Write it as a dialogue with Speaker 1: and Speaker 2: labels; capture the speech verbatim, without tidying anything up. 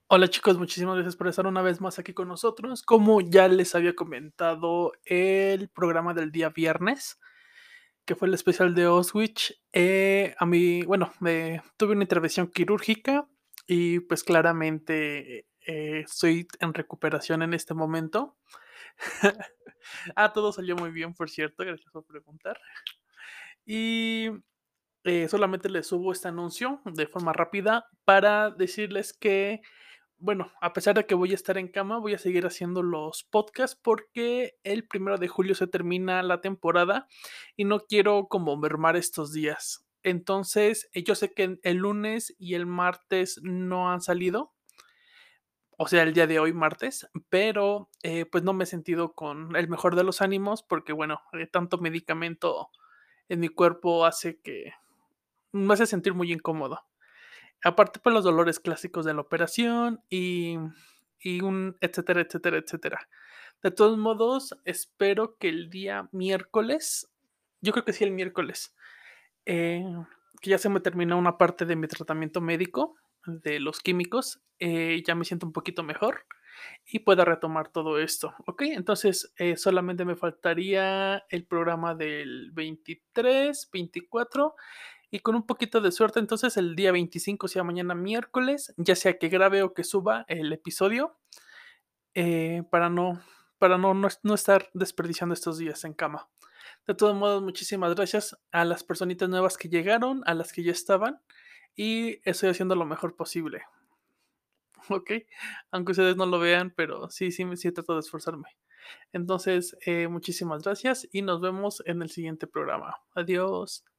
Speaker 1: Hola chicos, muchísimas gracias por estar una vez más aquí con nosotros. Como ya les había comentado el programa del día viernes, que fue el especial de Auschwitz, eh, a mí, bueno, me tuve una intervención quirúrgica y pues claramente eh, estoy en recuperación en este momento. Ah, todo salió muy bien, por cierto, gracias por preguntar. Y eh, solamente les subo este anuncio de forma rápida para decirles que bueno, a pesar de que voy a estar en cama, voy a seguir haciendo los podcasts porque el primero de julio se termina la temporada y no quiero como mermar estos días. Entonces, eh, yo sé que el lunes y el martes no han salido, o sea, el día de hoy, martes, pero eh, pues no me he sentido con el mejor de los ánimos porque, bueno, eh, tanto medicamento en mi cuerpo hace que me hace sentir muy incómodo. Aparte, por los dolores clásicos de la operación y y un etcétera, etcétera, etcétera. De todos modos, espero que el día miércoles, yo creo que sí el miércoles, eh, que ya se me terminó una parte de mi tratamiento médico de los químicos, eh, ya me siento un poquito mejor y pueda retomar todo esto, ¿ok? Entonces, eh, solamente me faltaría el programa del veintitrés, veinticuatro y con un poquito de suerte, entonces el día veinticinco, o sea, mañana miércoles, ya sea que grabe o que suba el episodio, eh, para no para no no no estar desperdiciando estos días en cama. De todos modos, muchísimas gracias a las personitas nuevas que llegaron, a las que ya estaban, y estoy haciendo lo mejor posible, ¿ok? Aunque ustedes no lo vean, pero sí, sí, me sí trato de esforzarme. Entonces, eh, muchísimas gracias y nos vemos en el siguiente programa. Adiós.